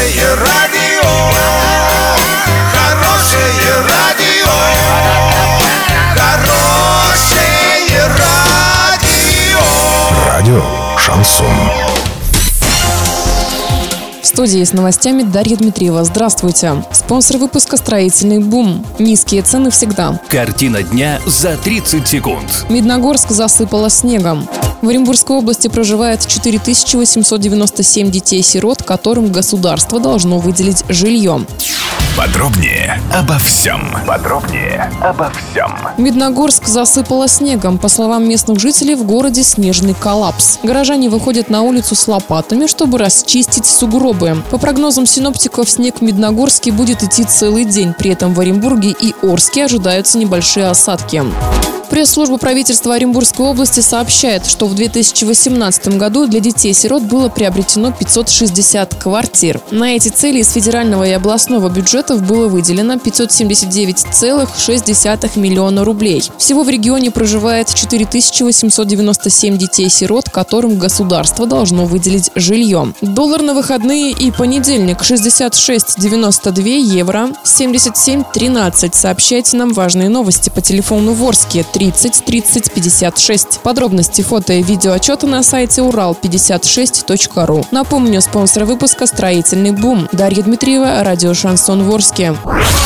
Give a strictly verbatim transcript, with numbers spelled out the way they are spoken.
Хорошее радио, хорошее радио, хорошее радио. Радио Шансон. В студии с новостями Дарья Дмитриева. Здравствуйте. Спонсор выпуска «Строительный бум». Низкие цены всегда. Картина дня за тридцать секунд. Медногорск засыпало снегом. В Оренбургской области проживает четыре тысячи восемьсот девяносто семь детей-сирот, которым государство должно выделить жилье. Подробнее обо всем. Подробнее обо всем. Медногорск засыпало снегом. По словам местных жителей, в городе снежный коллапс. Горожане выходят на улицу с лопатами, чтобы расчистить сугробы. По прогнозам синоптиков, снег в Медногорске будет идти целый день. При этом в Оренбурге и Орске ожидаются небольшие осадки. Пресс-служба правительства Оренбургской области сообщает, что в две тысячи восемнадцатом году для детей-сирот было приобретено пятьсот шестьдесят квартир. На эти цели из федерального и областного бюджетов было выделено пятьсот семьдесят девять целых шесть десятых миллиона рублей. Всего в регионе проживает четыре тысячи восемьсот девяносто семь детей-сирот, которым государство должно выделить жилье. Доллар на выходные и понедельник шестьдесят шесть девяносто два евро, семьдесят семь тринадцать. Сообщайте нам важные новости по телефону в Орске тридцать тридцать пятьдесят шесть. Подробности, фото и видеоотчеты на сайте урал пятьдесят шесть точка ру. Напомню, спонсор выпуска «Строительный бум». Дарья Дмитриева, радио «Шансон» в Орске.